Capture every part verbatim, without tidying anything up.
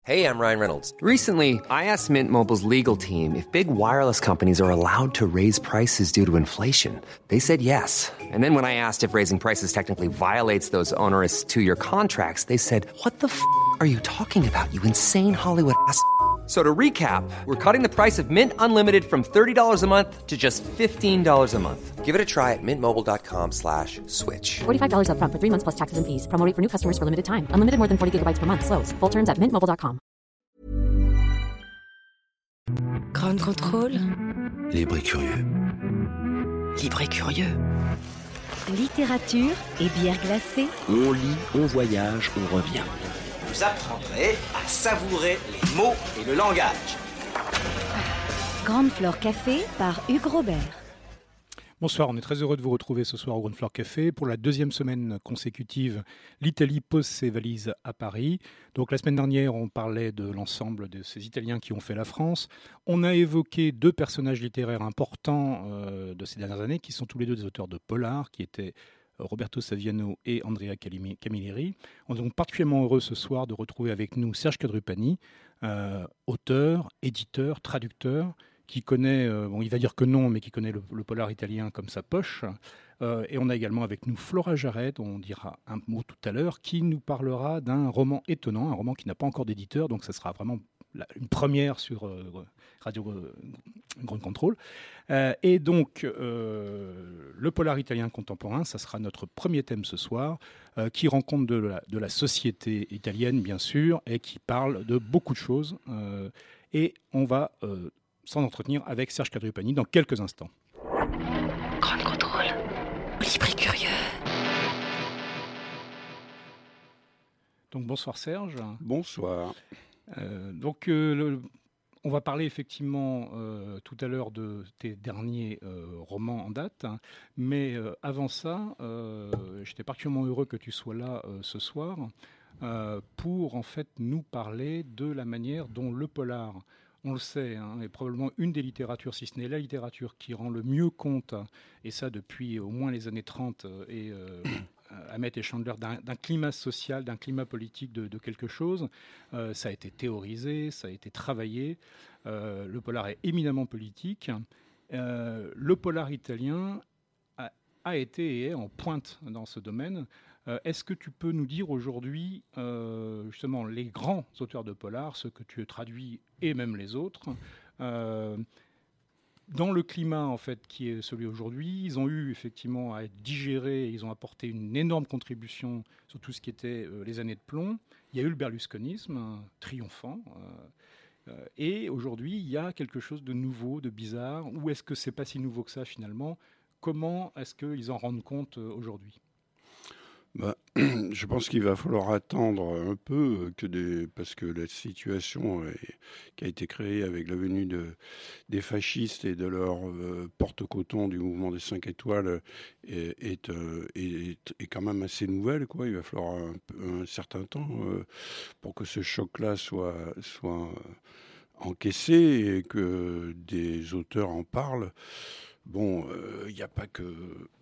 Hey, I'm Ryan Reynolds. Recently, I asked Mint Mobile's legal team if big wireless companies are allowed to raise prices due to inflation. They said yes. And then when I asked if raising prices technically violates those onerous two-year contracts, they said, "What the f*** are you talking about, you insane Hollywood ass?" So to recap, we're cutting the price of Mint Unlimited from thirty dollars a month to just fifteen dollars a month. Give it a try at mintmobile.com slash switch. forty-five dollars up front for three months plus taxes and fees. Promo rate for new customers for limited time. Unlimited more than forty gigabytes per month. Slows full terms at mint mobile dot com. Grand contrôle. Libre et curieux. Libre et curieux. Littérature et bière glacée. On lit, on voyage, on revient. Vous apprendrez à savourer les mots et le langage. Grande Flore Café par Hugues Robert. Bonsoir, on est très heureux de vous retrouver ce soir au Grande Flore Café. Pour la deuxième semaine consécutive, l'Italie pose ses valises à Paris. Donc la semaine dernière, on parlait de l'ensemble de ces Italiens qui ont fait la France. On a évoqué deux personnages littéraires importants euh, de ces dernières années, qui sont tous les deux des auteurs de polar, qui étaient Roberto Saviano et Andrea Camilleri. On est donc particulièrement heureux ce soir de retrouver avec nous Serge Cadrupani, euh, auteur, éditeur, traducteur, qui connaît, euh, bon, il va dire que non, mais qui connaît le, le polar italien comme sa poche. Euh, et on a également avec nous Flora Jarret, on dira un mot tout à l'heure, qui nous parlera d'un roman étonnant, un roman qui n'a pas encore d'éditeur, donc ça sera vraiment la, une première sur euh, Radio euh, Grand Contrôle. Euh, et donc, euh, le polar italien contemporain, ça sera notre premier thème ce soir, euh, qui rend compte de la, de la société italienne, bien sûr, et qui parle de beaucoup de choses. Euh, et on va... Euh, sans entretenir avec Serge Cadrupani dans quelques instants. Grand contrôle. Libre et curieux. Donc bonsoir Serge. Bonsoir. Euh, donc euh, le, on va parler effectivement euh, tout à l'heure de tes derniers euh, romans en date, hein, mais euh, avant ça, euh, j'étais particulièrement heureux que tu sois là euh, ce soir euh, pour en fait nous parler de la manière dont le polar, on le sait, hein, est probablement une des littératures, si ce n'est la littérature qui rend le mieux compte, et ça depuis au moins les années trente, et euh, Hammett et Chandler, d'un, d'un climat social, d'un climat politique de, de quelque chose. Euh, ça a été théorisé, ça a été travaillé. Euh, le polar est éminemment politique. Euh, le polar italien a, a été et est en pointe dans ce domaine. Euh, est-ce que tu peux nous dire aujourd'hui, euh, justement, les grands auteurs de polar, ceux que tu traduis et même les autres, euh, dans le climat en fait qui est celui aujourd'hui, ils ont eu effectivement à être digérés, ils ont apporté une énorme contribution sur tout ce qui était euh, les années de plomb. Il y a eu le berlusconisme, euh, triomphant, euh, euh, et aujourd'hui il y a quelque chose de nouveau, de bizarre. Ou est-ce que c'est pas si nouveau que ça finalement? Comment est-ce qu'ils en rendent compte euh, aujourd'hui? Bah, je pense qu'il va falloir attendre un peu que des, parce que la situation est, qui a été créée avec la venue de, des fascistes et de leur euh, porte-coton du mouvement des cinq étoiles est, est, euh, est, est quand même assez nouvelle, quoi. Il va falloir un, un certain temps euh, pour que ce choc-là soit, soit encaissé et que des auteurs en parlent. Bon, il euh, n'y a pas que...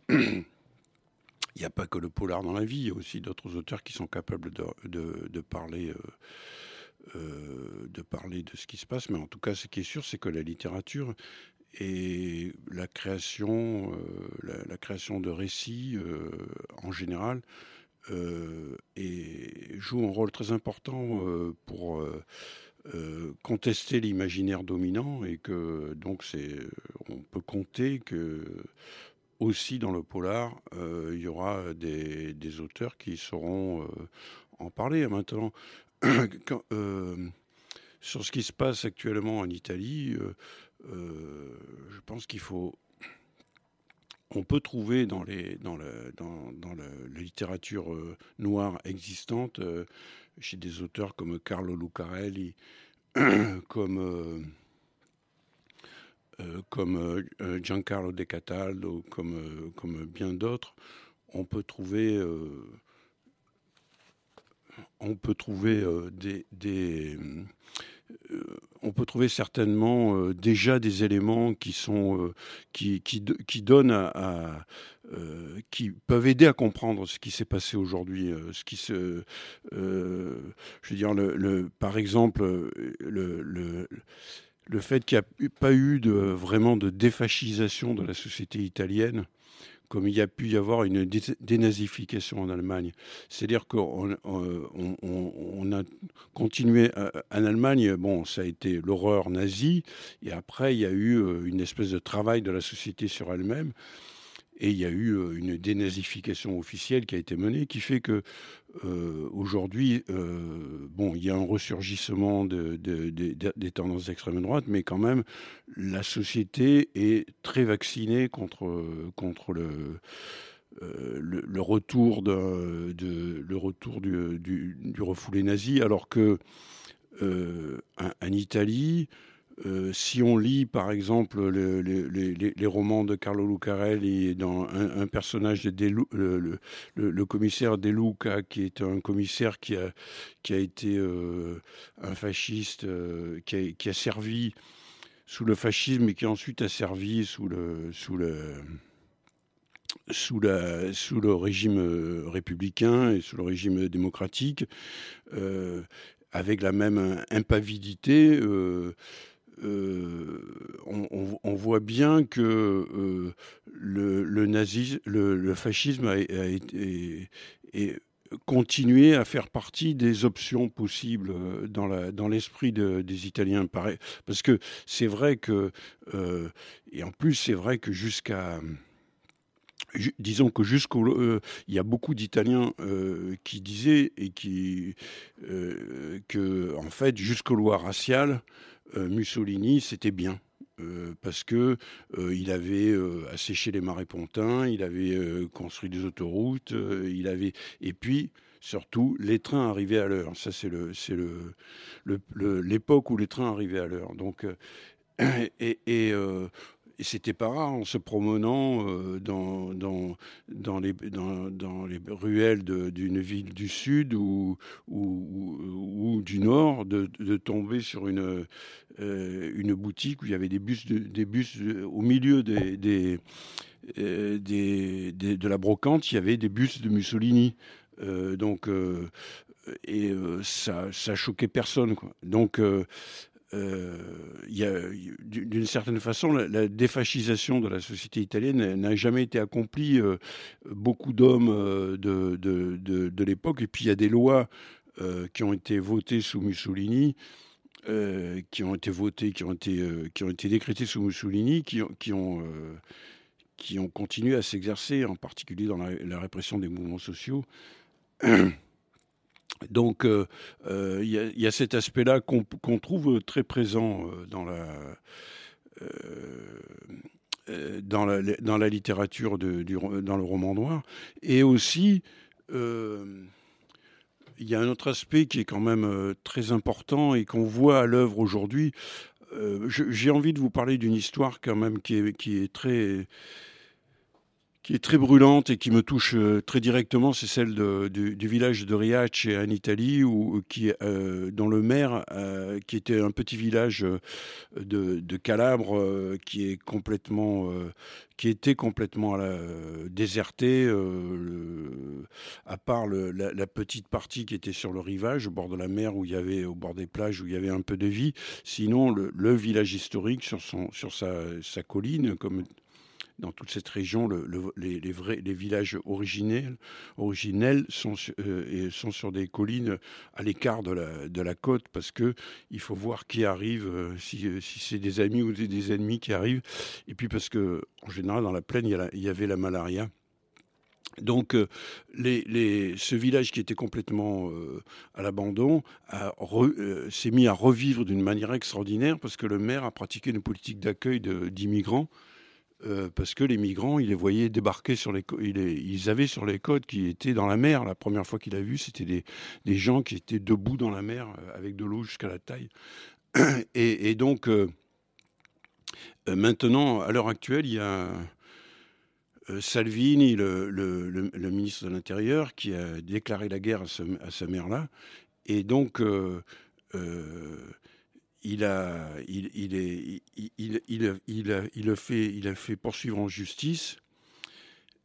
Il n'y a pas que le polar dans la vie, il y a aussi d'autres auteurs qui sont capables de, de, de, parler, euh, euh, de parler de ce qui se passe. Mais en tout cas, ce qui est sûr, c'est que la littérature et la création, euh, la, la création de récits, euh, en général, euh, et joue un rôle très important euh, pour euh, euh, contester l'imaginaire dominant. Et que donc, c'est, on peut compter que... Aussi, dans le polar, euh, il y aura des, des auteurs qui sauront euh, en parler. Maintenant, quand, euh, sur ce qui se passe actuellement en Italie, euh, euh, je pense qu'il faut... On peut trouver dans, les, dans, la, dans, dans la, la littérature euh, noire existante, euh, chez des auteurs comme Carlo Lucarelli, comme... Euh, Euh, comme euh, Giancarlo De Cataldo, comme, euh, comme bien d'autres, on peut trouver, euh, on peut trouver euh, des, des euh, on peut trouver certainement euh, déjà des éléments qui sont euh, qui, qui qui donnent à, à euh, qui peuvent aider à comprendre ce qui s'est passé aujourd'hui. Euh, ce qui se, euh, je veux dire, le, le, par exemple, le, le, le fait qu'il n'y a pas eu de, vraiment de défascisation de la société italienne, comme il y a pu y avoir une dénazification en Allemagne. C'est-à-dire qu'on on, on, on a continué à, en Allemagne, bon, ça a été l'horreur nazie, et après il y a eu une espèce de travail de la société sur elle-même, et il y a eu une dénazification officielle qui a été menée, qui fait que euh, aujourd'hui, euh, bon, il y a un ressurgissement de, de, de, de, des tendances d'extrême droite, mais quand même, la société est très vaccinée contre, contre le, euh, le, le retour, de, de, le retour du, du, du refoulé nazi, alors que euh, en, en Italie, Euh, si on lit, par exemple, le, le, les, les romans de Carlo Lucarelli, dans un, un personnage de De Lu, le, le, le commissaire De Luca, qui est un commissaire qui a, qui a été euh, un fasciste, euh, qui, a, qui a servi sous le fascisme et qui ensuite a servi sous le, sous le, sous la, sous le régime républicain et sous le régime démocratique, euh, avec la même impavidité. Euh, Euh, on, on, on voit bien que euh, le, le nazisme, le, le fascisme a, a été et continué à faire partie des options possibles dans, la, dans l'esprit de, des Italiens. Parce que c'est vrai que, euh, et en plus c'est vrai que jusqu'à... Disons que jusqu'au, euh, il y a beaucoup d'Italiens euh, qui disaient et qui euh, que en fait jusqu'aux lois raciales, euh, Mussolini c'était bien euh, parce que euh, il avait euh, asséché les marais pontins, il avait euh, construit des autoroutes, euh, il avait et puis surtout les trains arrivaient à l'heure. Ça c'est le c'est le, le, le l'époque où les trains arrivaient à l'heure. Donc euh, et, et euh, Et c'était pas rare en se promenant euh, dans, dans, dans, les, dans, dans les ruelles de, d'une ville du sud ou, ou, ou, ou du nord, de, de tomber sur une, euh, une boutique où il y avait des bus, de, des bus de, au milieu des, des, euh, des, des, de la brocante, il y avait des bus de Mussolini. Euh, donc, euh, et euh, ça, ça choquait personne, quoi. Donc, euh, Euh, y a, d'une certaine façon, la, la défascisation de la société italienne n'a jamais été accomplie. Euh, beaucoup d'hommes euh, de, de, de, de l'époque, et puis il y a des lois euh, qui ont été votées sous Mussolini, euh, qui ont été votées, qui ont été, euh, qui ont été décrétées sous Mussolini, qui, qui ont euh, qui ont continué à s'exercer, en particulier dans la, la répression des mouvements sociaux. Donc, il euh, euh, y, y a cet aspect-là qu'on, qu'on trouve très présent euh, dans, la, euh, dans, la, dans la littérature, de, du, dans le roman noir. Et aussi, il euh, y a un autre aspect qui est quand même euh, très important et qu'on voit à l'œuvre aujourd'hui. Euh, je, j'ai envie de vous parler d'une histoire quand même qui est, qui est très... qui est très brûlante et qui me touche très directement, c'est celle de, du, du village de Riace en Italie, où, qui, euh, dont le maire, euh, qui était un petit village de, de Calabre, euh, qui est complètement, euh, qui était complètement euh, déserté, euh, le, à part le, la, la petite partie qui était sur le rivage, au bord de la mer, où il y avait, au bord des plages, où il y avait un peu de vie. Sinon, le, le village historique sur son, sur sa, sa colline, comme dans toute cette région, le, le, les, les, vrais, les villages originels, originels sont, euh, sont sur des collines à l'écart de la, de la côte, parce qu'il faut voir qui arrive, euh, si, si c'est des amis ou des, des ennemis qui arrivent. Et puis parce qu'en général, dans la plaine, il y, a la, il y avait la malaria. Donc, euh, les, les, ce village qui était complètement euh, à l'abandon a re, euh, s'est mis à revivre d'une manière extraordinaire, parce que le maire a pratiqué une politique d'accueil de, d'immigrants. Euh, parce que les migrants, ils les voyaient débarquer sur les côtes, ils, ils avaient sur les côtes qui étaient dans la mer. La première fois qu'il a vu, c'était des, des gens qui étaient debout dans la mer euh, avec de l'eau jusqu'à la taille. Et, et donc, euh, euh, maintenant, à l'heure actuelle, il y a euh, Salvini, le, le, le, le ministre de l'Intérieur, qui a déclaré la guerre à ce, à ce maire-là. Et donc, euh, euh, Il a, il, il, est, il, il, il, il, a, il, a fait, il a fait poursuivre en justice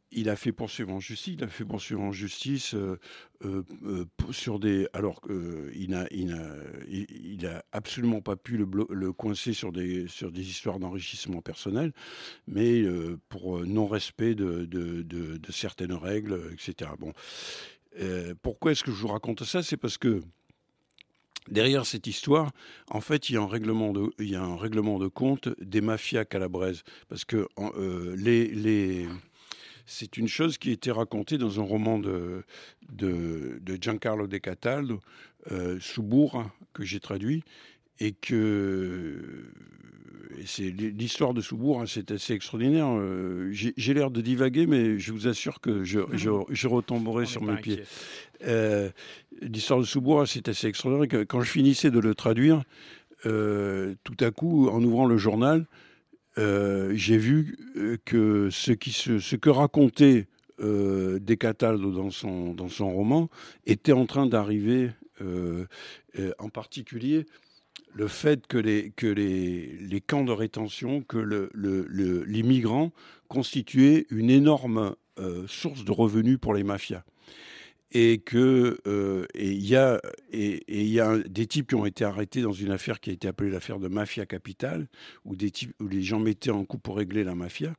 il a fait poursuivre en justice, il a fait poursuivre en justice euh, euh, euh, sur des, alors qu'il n'a, il n'a, il, il a absolument pas pu le, blo- le coincer sur des sur des histoires d'enrichissement personnel, mais euh, pour non-respect de, de, de, de certaines règles, et cetera. Bon, euh, pourquoi est-ce que je vous raconte ça ? C'est parce que derrière cette histoire, en fait, il y a un règlement de, il y a un règlement de compte des mafias calabraises, parce que euh, les les c'est une chose qui a été racontée dans un roman de, de, de Giancarlo De Cataldo, euh, Suburra, que j'ai traduit, et que et c'est l'histoire de Suburra, c'est assez extraordinaire. Euh, j'ai, j'ai l'air de divaguer, mais je vous assure que je, je, je retomberai sur mes pieds. Euh, l'histoire de Suburra, c'est assez extraordinaire. Quand je finissais de le traduire, euh, tout à coup, en ouvrant le journal, Euh, j'ai vu que ce, qui se, ce que racontait euh, De Cataldo dans son, dans son roman était en train d'arriver, euh, euh, en particulier le fait que les, que les, les camps de rétention, que le, le, le, les migrants constituaient une énorme euh, source de revenus pour les mafias. Et que euh, et il y a et il y a des types qui ont été arrêtés dans une affaire qui a été appelée l'affaire de Mafia Capitale, où des types où les gens mettaient en coup pour régler la mafia,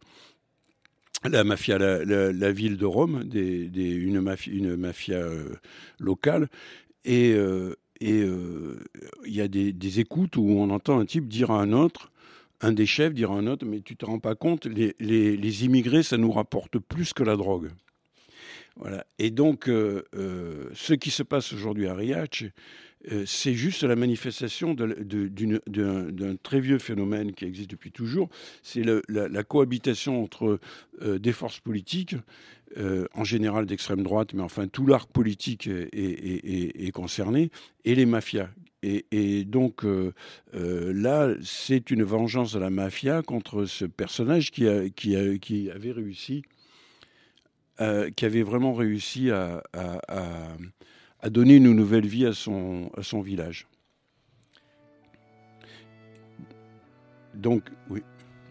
la mafia, la, la, la ville de Rome, des, des, une mafia, une mafia euh, locale, et euh, et euh, il y a des, des écoutes où on entend un type dire à un autre, un des chefs dire à un autre, mais tu te rends pas compte, les les, les immigrés, ça nous rapporte plus que la drogue. Voilà. Et donc, euh, euh, ce qui se passe aujourd'hui à Riace, euh, c'est juste la manifestation de, de, d'une, d'un, d'un très vieux phénomène qui existe depuis toujours. C'est le, la, la cohabitation entre euh, des forces politiques, euh, en général d'extrême droite, mais enfin tout l'arc politique est, est, est, est concerné, et les mafias. Et, et donc euh, euh, là, c'est une vengeance de la mafia contre ce personnage qui, a, qui, a, qui avait réussi... Euh, qui avait vraiment réussi à, à, à, à donner une nouvelle vie à son, à son village. Donc, oui.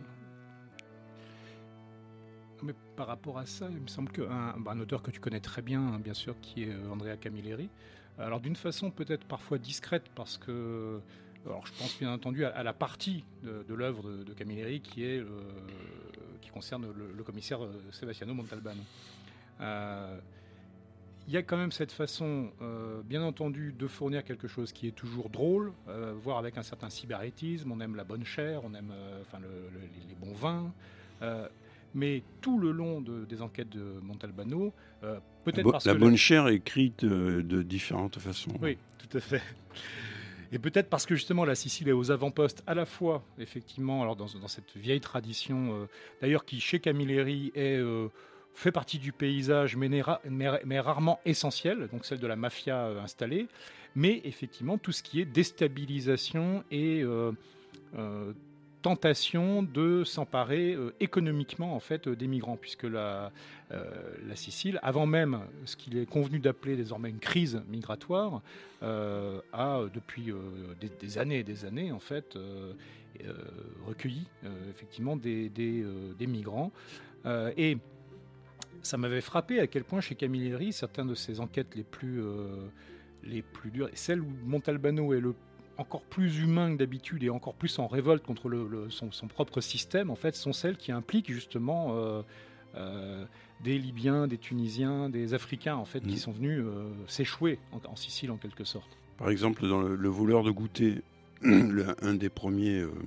Mais par rapport à ça, il me semble qu'un bah, un auteur que tu connais très bien, hein, bien sûr, qui est Andrea Camilleri, alors d'une façon peut-être parfois discrète, parce que, alors je pense bien entendu à, à la partie de, de l'œuvre de, de Camilleri qui, est, euh, qui concerne le, le commissaire Sebastiano Montalbano. Il euh, y a quand même cette façon, euh, bien entendu, de fournir quelque chose qui est toujours drôle, euh, voire avec un certain sybaritisme. On aime la bonne chair, on aime euh, enfin, le, le, les bons vins. Euh, mais tout le long de, des enquêtes de Montalbano, euh, peut-être Bo- parce la que... La bonne chair est écrite de, de différentes façons. Oui, tout à fait. Et peut-être parce que justement la Sicile est aux avant-postes à la fois, effectivement, alors dans, dans cette vieille tradition, euh, d'ailleurs qui chez Camilleri est... Euh, fait partie du paysage, mais, mais, mais rarement essentiel, donc celle de la mafia euh, installée, mais effectivement tout ce qui est déstabilisation et euh, euh, tentation de s'emparer euh, économiquement en fait euh, des migrants, puisque la, euh, la Sicile, avant même ce qu'il est convenu d'appeler désormais une crise migratoire, euh, a depuis euh, des, des années et des années en fait euh, euh, recueilli euh, effectivement des, des, euh, des migrants euh, et ça m'avait frappé à quel point chez Camilleri, certaines de ses enquêtes les plus, euh, les plus dures, celle où Montalbano est le, encore plus humain que d'habitude et encore plus en révolte contre le, le, son, son propre système, en fait, sont celles qui impliquent justement euh, euh, des Libyens, des Tunisiens, des Africains, en fait, mmh. qui sont venus euh, s'échouer en, en Sicile, en quelque sorte. Par exemple, dans le, le voleur de goûter, le, un des premiers... Euh...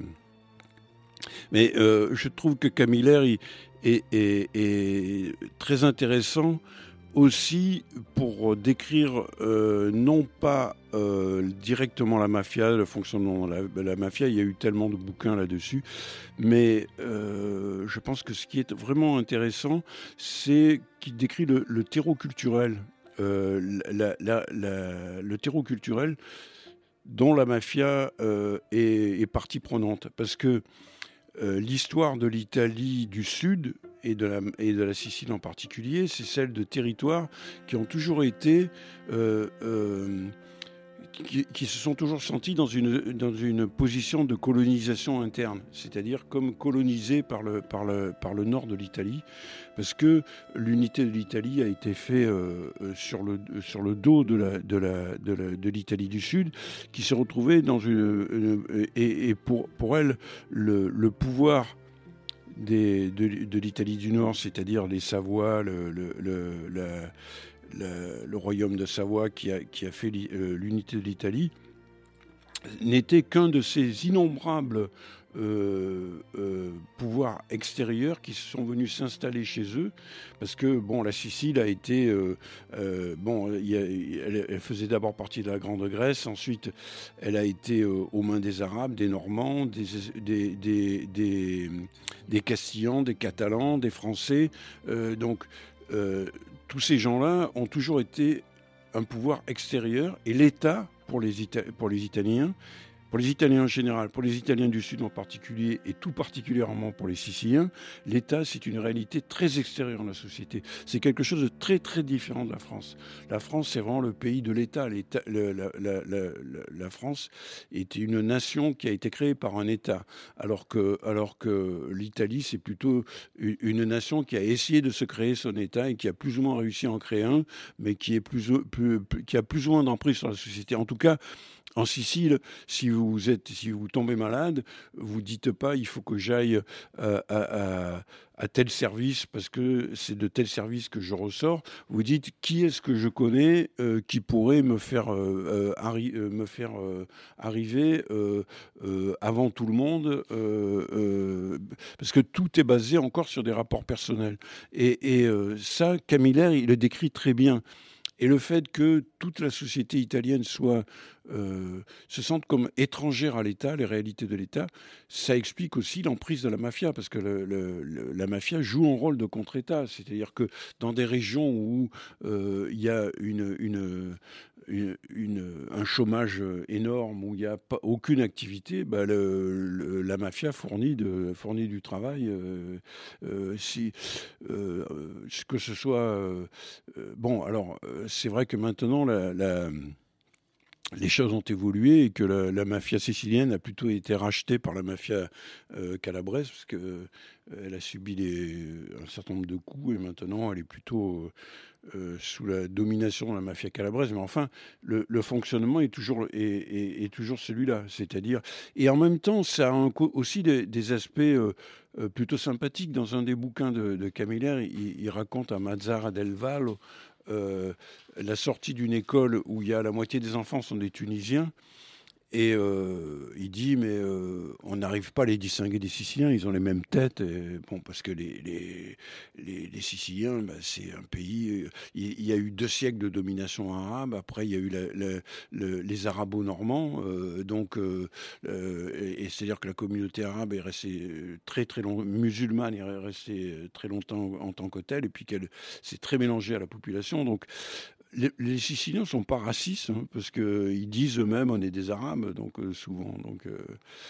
Mais euh, je trouve que Camilleri est, est, est très intéressant aussi pour décrire euh, non pas euh, directement la mafia, le fonctionnement de la, la mafia, il y a eu tellement de bouquins là-dessus, mais euh, je pense que ce qui est vraiment intéressant, c'est qu'il décrit le, le terreau culturel, euh, la, la, la, le terreau culturel dont la mafia euh, est, est partie prenante, parce que Euh, l'histoire de l'Italie du Sud et de, la, et de la Sicile en particulier, c'est celle de territoires qui ont toujours été euh, euh, qui, qui se sont toujours sentis dans une, dans une position de colonisation interne, c'est-à-dire comme colonisés par le, par le, par le nord de l'Italie, parce que l'unité de l'Italie a été faite euh, sur, le, sur le dos de, la, de, la, de, la, de l'Italie du Sud, qui s'est retrouvée dans une... une et, et pour, pour elle, le, le pouvoir des, de, de l'Italie du Nord, c'est-à-dire les Savoies, le, le, le, la, la, le royaume de Savoie qui a, qui a fait l'unité de l'Italie, n'était qu'un de ces innombrables euh, euh, pouvoirs extérieurs qui sont venus s'installer chez eux, parce que bon, la Sicile a été euh, euh, bon, y a, elle, elle faisait d'abord partie de la Grande Grèce, ensuite elle a été euh, aux mains des Arabes, des Normands, des des des des, des Castillans, des Catalans, des Français, euh, donc euh, tous ces gens-là ont toujours été un pouvoir extérieur, et l'État pour les, Ita- pour les Italiens, pour les Italiens en général, pour les Italiens du Sud en particulier, et tout particulièrement pour les Siciliens, l'État, c'est une réalité très extérieure de la société. C'est quelque chose de très, très différent de la France. La France, c'est vraiment le pays de l'État. L'État le, la, la, la, la, la France est une nation qui a été créée par un État, alors que, alors que l'Italie, c'est plutôt une, une nation qui a essayé de se créer son État et qui a plus ou moins réussi à en créer un, mais qui, est plus, plus, plus, qui a plus ou moins d'emprise sur la société. En tout cas, en Sicile, si vous êtes, si vous tombez malade, vous dites pas il faut que j'aille euh, à, à, à tel service parce que c'est de tel service que je ressors. Vous dites qui est-ce que je connais euh, qui pourrait me faire euh, arri- euh, me faire euh, arriver euh, euh, avant tout le monde, euh, euh, parce que tout est basé encore sur des rapports personnels. Et, et euh, ça, Camilleri, il le décrit très bien. Et le fait que toute la société italienne soit, euh, se sente comme étrangère à l'État, les réalités de l'État, ça explique aussi l'emprise de la mafia, parce que le, le, le, la mafia joue un rôle de contre-État. C'est-à-dire que dans des régions où euh, il y a une, une, une, une, un chômage énorme, où il n'y a pas, aucune activité, bah le, le, la mafia fournit, de, fournit du travail. Euh, euh, si, euh, que ce soit... Euh, bon, alors... C'est vrai que maintenant, la, la, les choses ont évolué et que la, la mafia sicilienne a plutôt été rachetée par la mafia euh, calabraise, parce qu'elle euh, a subi les, un certain nombre de coups et maintenant elle est plutôt euh, sous la domination de la mafia calabraise. Mais enfin, le, le fonctionnement est toujours, est, est, est toujours celui-là. C'est-à-dire, et en même temps, ça a un, aussi des, des aspects euh, plutôt sympathiques. Dans un des bouquins de, de Camilleri, il, il raconte à Mazara del Vallo Euh, la sortie d'une école où il y a la moitié des enfants sont des Tunisiens, et euh, il dit mais euh, on n'arrive pas à les distinguer des Siciliens, ils ont les mêmes têtes, et, bon, parce que les, les, les, les Siciliens, bah, c'est un pays, il, il y a eu deux siècles de domination arabe, après il y a eu la, la, la, les arabo-normands, euh, donc euh, euh, et, et c'est-à-dire que la communauté arabe est restée très très longtemps, musulmane est restée très longtemps en tant que telle, et puis qu'elle s'est très mélangée à la population, donc Les, les Siciliens ne sont pas racistes, hein, parce qu'ils disent eux-mêmes on est des Arabes, donc euh, souvent. Donc, euh,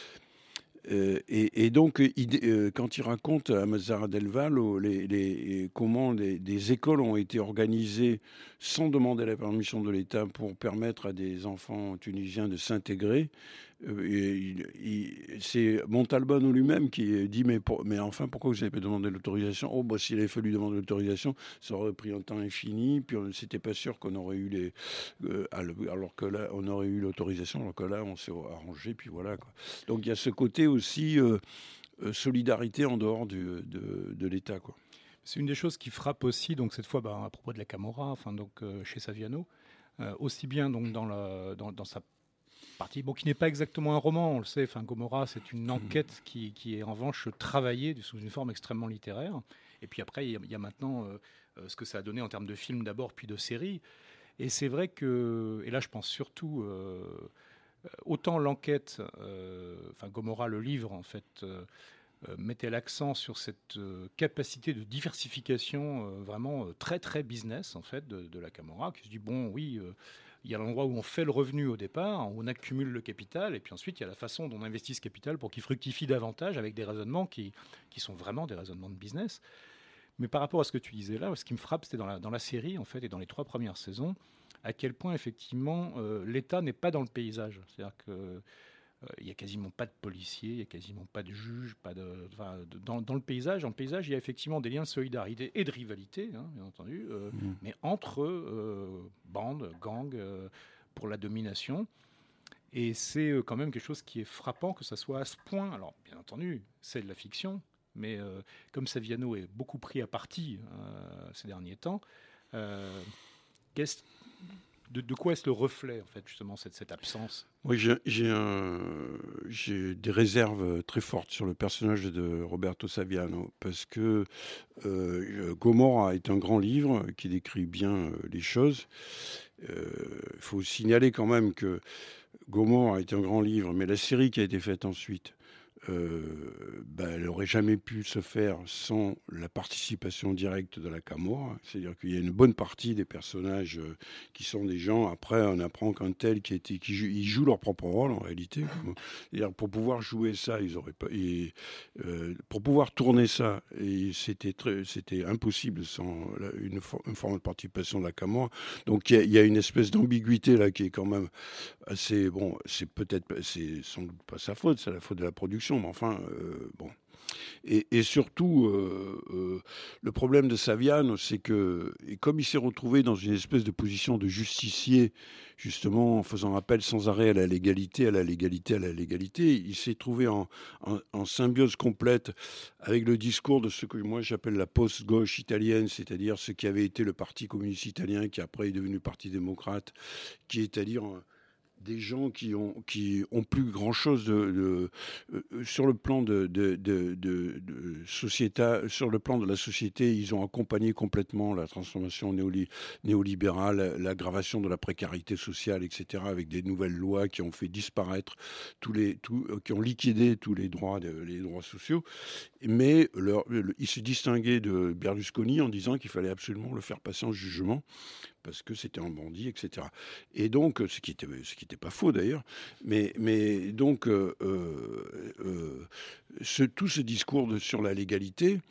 euh, et, et donc, il, euh, quand il raconte à Mazara del Vallo les, les, comment les, des écoles ont été organisées sans demander la permission de l'État pour permettre à des enfants tunisiens de s'intégrer, euh, il, il, c'est Montalbano lui-même qui dit mais, pour, mais enfin pourquoi vous n'avez pas demandé l'autorisation? Oh bah s'il avait fallu demander l'autorisation, ça aurait pris un temps infini, puis on n'était pas sûr qu'on aurait eu les euh, alors que là on aurait eu l'autorisation, alors que là on s'est arrangé, puis voilà quoi. Donc il y a ce côté aussi euh, euh, solidarité en dehors du, de, de l'État quoi. C'est une des choses qui frappe aussi, donc cette fois bah, à propos de la Camorra, enfin donc euh, chez Saviano, euh, aussi bien donc dans la dans, dans sa partie, bon, qui n'est pas exactement un roman, on le sait. Enfin, Gomorrah, c'est une enquête qui, qui est en revanche travaillée sous une forme extrêmement littéraire. Et puis après, il y a, il y a maintenant euh, ce que ça a donné en termes de films d'abord, puis de séries. Et c'est vrai que, et là, je pense surtout, euh, autant l'enquête, euh, enfin Gomorrah, le livre, en fait, euh, euh, mettait l'accent sur cette euh, capacité de diversification euh, vraiment euh, très très business en fait de, de la Camorra, qui se dit bon, oui. Euh, Il y a l'endroit où on fait le revenu au départ, où on accumule le capital, et puis ensuite il y a la façon dont on investit ce capital pour qu'il fructifie davantage avec des raisonnements qui, qui sont vraiment des raisonnements de business. Mais par rapport à ce que tu disais là, ce qui me frappe, c'était dans la, dans la série, en fait, et dans les trois premières saisons, à quel point effectivement euh, l'État n'est pas dans le paysage. C'est-à-dire que euh, il n'y a quasiment pas de policiers, il n'y a quasiment pas de juges, pas de, enfin, de- dans, dans le paysage. Dans le paysage, il y a effectivement des liens de solidarité et de rivalité, hein, bien entendu, euh, Mmh. mais entre euh, bandes, gangs, euh, pour la domination. Et c'est euh, quand même quelque chose qui est frappant que ça soit à ce point. Alors, bien entendu, c'est de la fiction, mais euh, comme Saviano est beaucoup pris à partie euh, ces derniers temps, euh, qu'est-ce- de, de quoi est-ce le reflet, en fait, justement, cette, cette absence? Moi, j'ai j'ai un- j'ai des réserves très fortes sur le personnage de Roberto Saviano parce que euh, Gomorra est un grand livre qui décrit bien euh, les choses. Il faut signaler quand même que Gomorra est un grand livre, mais la série qui a été faite ensuite, euh, ben, elle n'aurait jamais pu se faire sans la participation directe de la Camorra. C'est-à-dire qu'il y a une bonne partie des personnages euh, qui sont des gens. Après, on apprend qu'un tel qui était, qui joue, ils jouent leur propre rôle en réalité. C'est-à-dire pour pouvoir jouer ça, ils auraient pas. Et, euh, pour pouvoir tourner ça, et c'était très, c'était impossible sans la- une, for- une forme de participation de la Camorra. Donc il y, a- il y a une espèce d'ambiguïté là qui est quand même assez bon. C'est peut-être, pas- c'est sans doute pas sa faute, c'est la faute de la production, mais enfin euh, bon. Et, et surtout, euh, euh, le problème de Saviano, c'est que, et comme il s'est retrouvé dans une espèce de position de justicier, justement, en faisant appel sans arrêt à la légalité, à la légalité, à la légalité, il s'est trouvé en, en- en symbiose complète avec le discours de ce que moi j'appelle la post-gauche italienne, c'est-à-dire ce qui avait été le Parti communiste italien, qui après est devenu le Parti démocrate, qui est à dire euh, des gens qui ont qui ont plus grand chose de, de euh, sur le plan de de, de, de, de sociéta, sur le plan de la société, ils ont accompagné complètement la transformation néoli- néolibérale, l'aggravation de la précarité sociale, et cetera, avec des nouvelles lois qui ont fait disparaître tous les tout, euh, qui ont liquidé tous les droits de- les droits sociaux. Mais leur, le- ils se distinguaient de Berlusconi en disant qu'il fallait absolument le faire passer en jugement parce que c'était un bandit, et cetera. Et donc, ce qui était, ce qui n'était pas faux d'ailleurs, mais, mais donc, euh, euh, euh, ce, tout ce discours de, sur la légalité,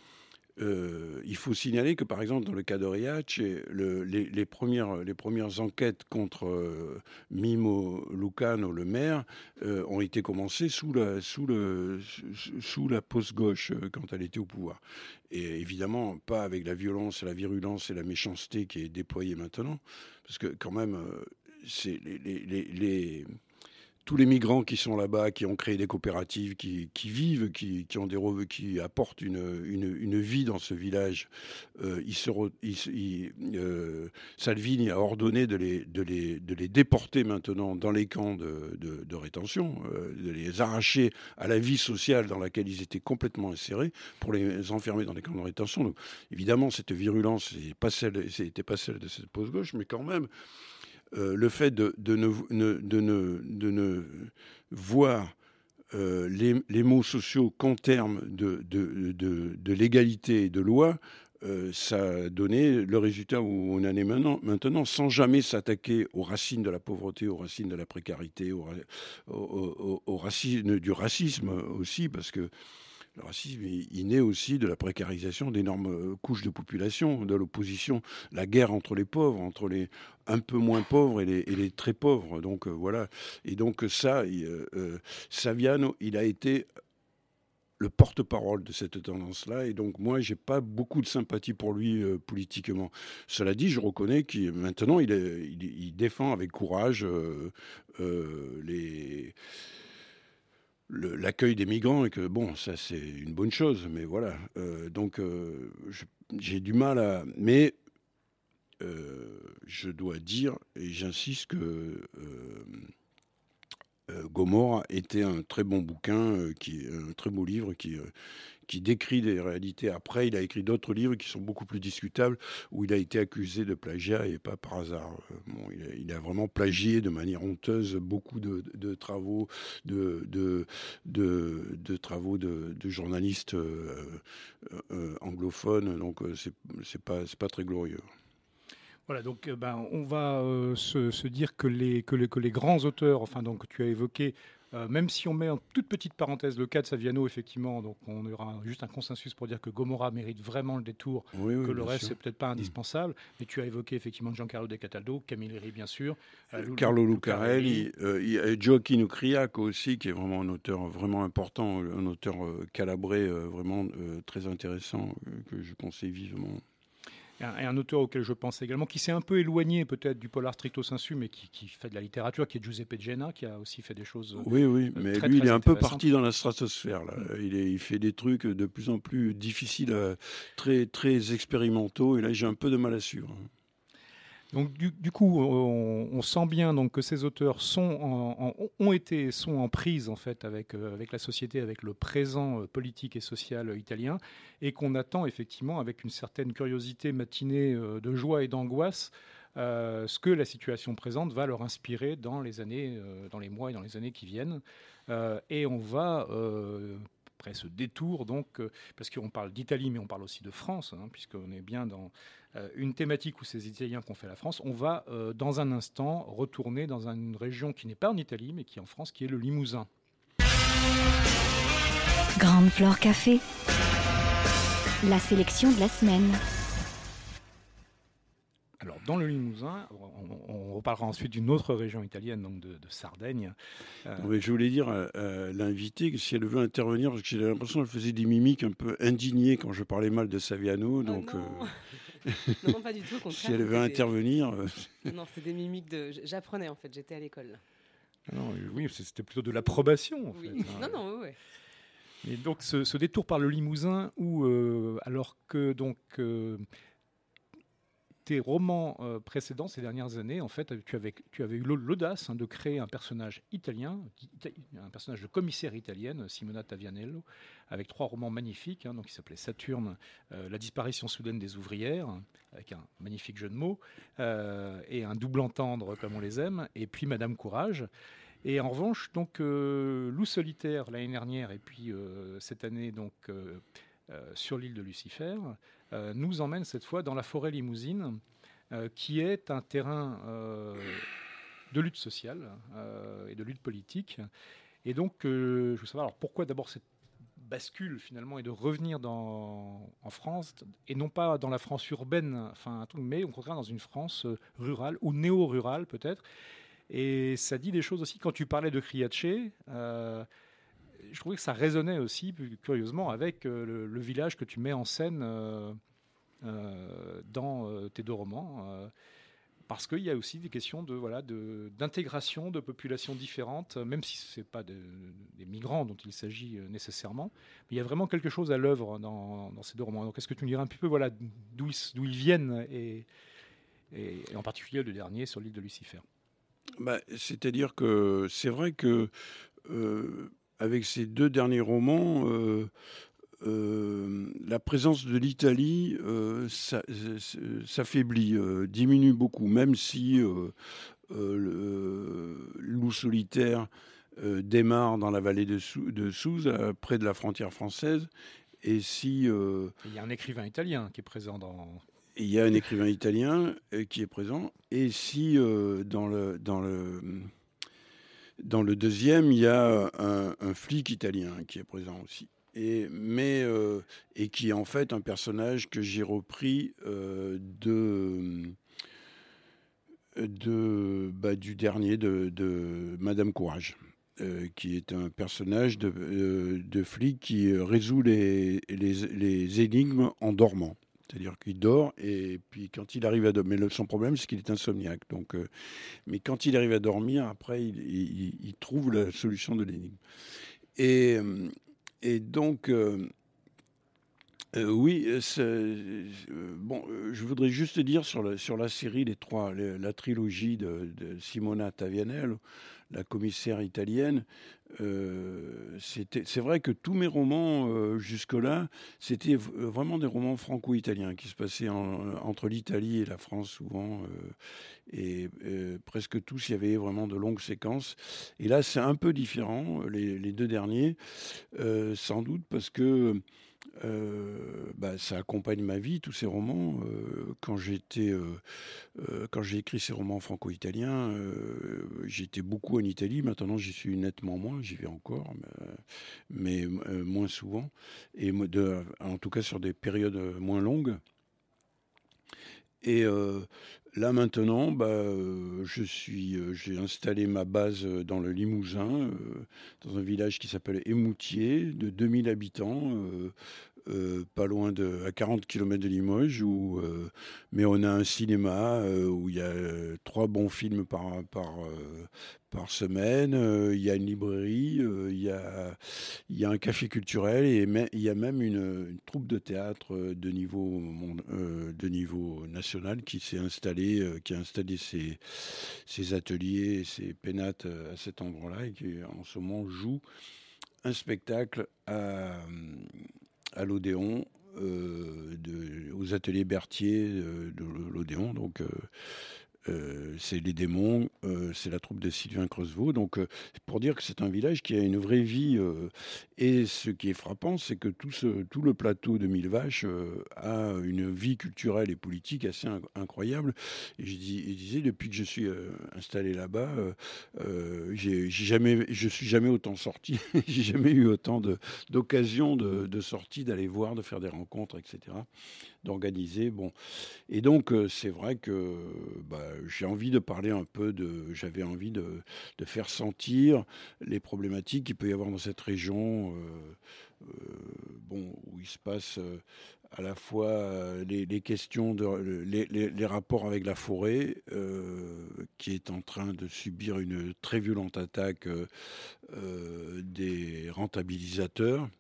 euh, il faut signaler que, par exemple, dans le cas de Riace, le, les, les, premières, les premières enquêtes contre euh, Mimo Lucano, le maire, euh, ont été commencées sous la, sous le, sous, sous la post-gauche, euh, quand elle était au pouvoir. Et évidemment, pas avec la violence, la virulence et la méchanceté qui est déployée maintenant, parce que quand même, euh, c'est les... les, les, les tous les migrants qui sont là-bas, qui ont créé des coopératives, qui, qui vivent, qui, qui, ont des, qui apportent une, une, une vie dans ce village, euh, il se re, il, il, euh, Salvini a ordonné de les, de, les, de les déporter maintenant dans les camps de, de, de rétention, euh, de les arracher à la vie sociale dans laquelle ils étaient complètement insérés pour les enfermer dans les camps de rétention. Donc, évidemment, cette virulence n'était pas celle, c'était pas celle de cette post-gauche, mais quand même, Euh, le fait de, de, ne, de, ne, de ne voir euh, les, les mots sociaux qu'en termes de, de, de, de légalité et de loi, euh, ça a donné le résultat où on en est maintenant, maintenant sans jamais s'attaquer aux racines de la pauvreté, aux racines de la précarité, aux, aux, aux, aux racines du racisme aussi, parce que le racisme, il naît aussi de la précarisation d'énormes couches de population, de l'opposition, la guerre entre les pauvres, entre les un peu moins pauvres et les, et les très pauvres. Donc euh, voilà. Et donc ça, il, euh, Saviano, il a été le porte-parole de cette tendance-là. Et donc moi, j'ai pas beaucoup de sympathie pour lui euh, politiquement. Cela dit, je reconnais qu'il maintenant, il, est, il, il défend avec courage euh, euh, les Le, l'accueil des migrants, et que bon, ça c'est une bonne chose, mais voilà. Euh, donc euh, je, j'ai du mal à... Mais euh, je dois dire, et j'insiste, que euh, euh, Gomorra était un très bon bouquin, euh, qui, un très beau livre qui... Euh, qui décrit des réalités. Après, il a écrit d'autres livres qui sont beaucoup plus discutables, où il a été accusé de plagiat, et pas par hasard. Bon, il, a, il a vraiment plagié de manière honteuse beaucoup de, de, de travaux, de, de, de, de travaux de, de journalistes euh, euh, anglophones. Donc, euh, c'est, c'est pas, c'est pas très glorieux. Voilà, donc euh, ben, on va euh, se, se dire que les, que, les, que les grands auteurs, enfin donc tu as évoqué Euh, même si on met en toute petite parenthèse le cas de Saviano, effectivement, donc on aura juste un consensus pour dire que Gomorra mérite vraiment le détour, oui, oui, que le reste, sûr. c'est peut-être pas indispensable. Mmh. Mais tu as évoqué effectivement Giancarlo De Cataldo, Camilleri, bien sûr. Euh, Carlo Lucarelli, euh, il y a Gioacchino Criac aussi, qui est vraiment un auteur vraiment important, un auteur euh, calabré euh, vraiment euh, très intéressant, euh, que je conseille vivement. Et un, et un auteur auquel je pense également, qui s'est un peu éloigné peut-être du polar stricto sensu, mais qui, qui fait de la littérature, qui est Giuseppe Genna, qui a aussi fait des choses. Oui, oui, mais très, lui, très il est un peu parti dans la stratosphère. Là. Mmh. Il, est, il fait des trucs de plus en plus difficiles, à, très, très expérimentaux, et là, j'ai un peu de mal à suivre. Donc du, du coup, on, on sent bien donc que ces auteurs sont en, en, ont été sont en prise en fait avec euh, avec la société, avec le présent euh, politique et social euh, italien, et qu'on attend effectivement avec une certaine curiosité matinée euh, de joie et d'angoisse euh, ce que la situation présente va leur inspirer dans les années, euh, dans les mois et dans les années qui viennent, euh, et on va euh, après ce détour, donc, euh, parce qu'on parle d'Italie, mais on parle aussi de France, hein, puisqu'on est bien dans euh, une thématique où c'est les Italiens qui ont fait la France. On va, euh, dans un instant, retourner dans une région qui n'est pas en Italie, mais qui est en France, qui est le Limousin. Grande Flore Café, la sélection de la semaine. Alors, dans le Limousin, on, on reparlera ensuite d'une autre région italienne, donc de, de Sardaigne. Euh... Oui, je voulais dire à, à l'invité que si elle veut intervenir, parce que j'ai l'impression qu'elle faisait des mimiques un peu indignées quand je parlais mal de Saviano. Donc, oh non. Euh... non, non, pas du tout. Au contraire, si elle veut intervenir... Des... non, c'est des mimiques de... J'apprenais, en fait, j'étais à l'école. Non, oui, c'était plutôt de l'approbation, en oui. fait. Non, non, oui, oui. Et donc, ce, ce détour par le Limousin, où, euh, alors que, donc... Euh, tes romans euh, précédents, ces dernières années, en fait, tu avais, tu avais eu l'audace hein, de créer un personnage italien, un personnage de commissaire italienne, Simona Tavianello, avec trois romans magnifiques, hein, donc qui s'appelaient Saturne, euh, La disparition soudaine des ouvrières, avec un magnifique jeu de mots, euh, et un double entendre comme on les aime, et puis Madame Courage. Et en revanche, donc, euh, Loup solitaire l'année dernière, et puis euh, cette année, donc, euh, euh, sur l'île de Lucifer, Euh, nous emmène cette fois dans la forêt limousine, euh, qui est un terrain euh, de lutte sociale euh, et de lutte politique. Et donc, euh, je veux savoir alors, pourquoi d'abord cette bascule finalement et de revenir dans, en France, et non pas dans la France urbaine, enfin, mais au contraire dans une France rurale ou néo-rurale peut-être. Et ça dit des choses aussi, quand tu parlais de Criace, euh, je trouvais que ça résonnait aussi, curieusement, avec euh, le, le village que tu mets en scène euh, euh, dans euh, tes deux romans. Euh, parce qu'il y a aussi des questions de, voilà, de, d'intégration de populations différentes, même si ce n'est pas de, des migrants dont il s'agit nécessairement. Mais il y a vraiment quelque chose à l'œuvre dans, dans ces deux romans. Donc, est-ce que tu nous dirais un petit peu voilà, d'où, ils, d'où ils viennent, et, et, et en particulier le dernier sur l'île de Lucifer? Bah, c'est-à-dire que c'est vrai que... Euh, avec ces deux derniers romans, euh, euh, la présence de l'Italie euh, ça, s'affaiblit, euh, diminue beaucoup, même si euh, euh, le Loup solitaire euh, démarre dans la vallée de, Sou- de Souze, euh, près de la frontière française. Et si... Euh, il y a un écrivain italien qui est présent dans... Il y a un écrivain italien euh, qui est présent. Et si euh, dans le... Dans le Dans le deuxième, il y a un, un flic italien qui est présent aussi, et, mais, euh, et qui est en fait un personnage que j'ai repris euh, de, de, bah, du dernier de, de Madame Courage, euh, qui est un personnage de, euh, de flic qui résout les, les, les énigmes en dormant. C'est-à-dire qu'il dort, et puis quand il arrive à dormir, mais le, son problème c'est qu'il est insomniaque. Donc, euh, mais quand il arrive à dormir, après il, il, il trouve la solution de l'énigme. Et, et donc, euh, euh, oui, euh, bon, je voudrais juste dire sur la, sur la série, les trois, la, la trilogie de, de Simona Tavianello, la commissaire italienne. Euh, c'était, c'est vrai que tous mes romans euh, jusque-là, c'était v- vraiment des romans franco-italiens qui se passaient en, entre l'Italie et la France souvent. Euh, et euh, presque tous, il y avait vraiment de longues séquences. Et là, c'est un peu différent, les, les deux derniers, euh, sans doute parce que Euh, bah, ça accompagne ma vie, tous ces romans. Euh, quand j'étais, euh, euh, quand j'ai écrit ces romans franco-italiens, euh, j'étais beaucoup en Italie. Maintenant, j'y suis nettement moins. J'y vais encore, mais, mais euh, moins souvent. Et de, en tout cas sur des périodes moins longues. Et euh, là maintenant, bah, euh, je suis, euh, j'ai installé ma base dans le Limousin, euh, dans un village qui s'appelle Émoutier, de deux mille habitants, euh, euh, pas loin de, à quarante kilomètres de Limoges, où, euh, mais on a un cinéma euh, où il y a euh, trois bons films par, par, euh, par semaine, euh, il y a une librairie, euh, il, y a, il y a un café culturel et mais, il y a même une, une troupe de théâtre de niveau, euh, de niveau national qui s'est installée, euh, qui a installé ses, ses ateliers, ses pénates à cet endroit-là et qui en ce moment joue un spectacle à, à l'Odéon, euh, de, aux ateliers Berthier de, de l'Odéon. Donc, euh, euh, c'est les démons, euh, c'est la troupe de Sylvain Creusevaux. Donc, euh, pour dire que c'est un village qui a une vraie vie. Euh, et ce qui est frappant, c'est que tout, ce, tout le plateau de Mille Vaches euh, a une vie culturelle et politique assez inc- incroyable. Et je, dis, je disais, depuis que je suis euh, installé là-bas, euh, euh, j'ai, j'ai jamais, je suis jamais autant sorti. J'ai jamais eu autant de, d'occasions de, de sortie, d'aller voir, de faire des rencontres, et cetera, d'organiser. Bon. Et donc, euh, c'est vrai que bah, j'ai envie de parler un peu de... J'avais envie de, de faire sentir les problématiques qu'il peut y avoir dans cette région, euh, euh, bon, où il se passe euh, à la fois euh, les, les questions, de, les, les, les rapports avec la forêt, euh, qui est en train de subir une très violente attaque euh, euh, des rentabilisateurs.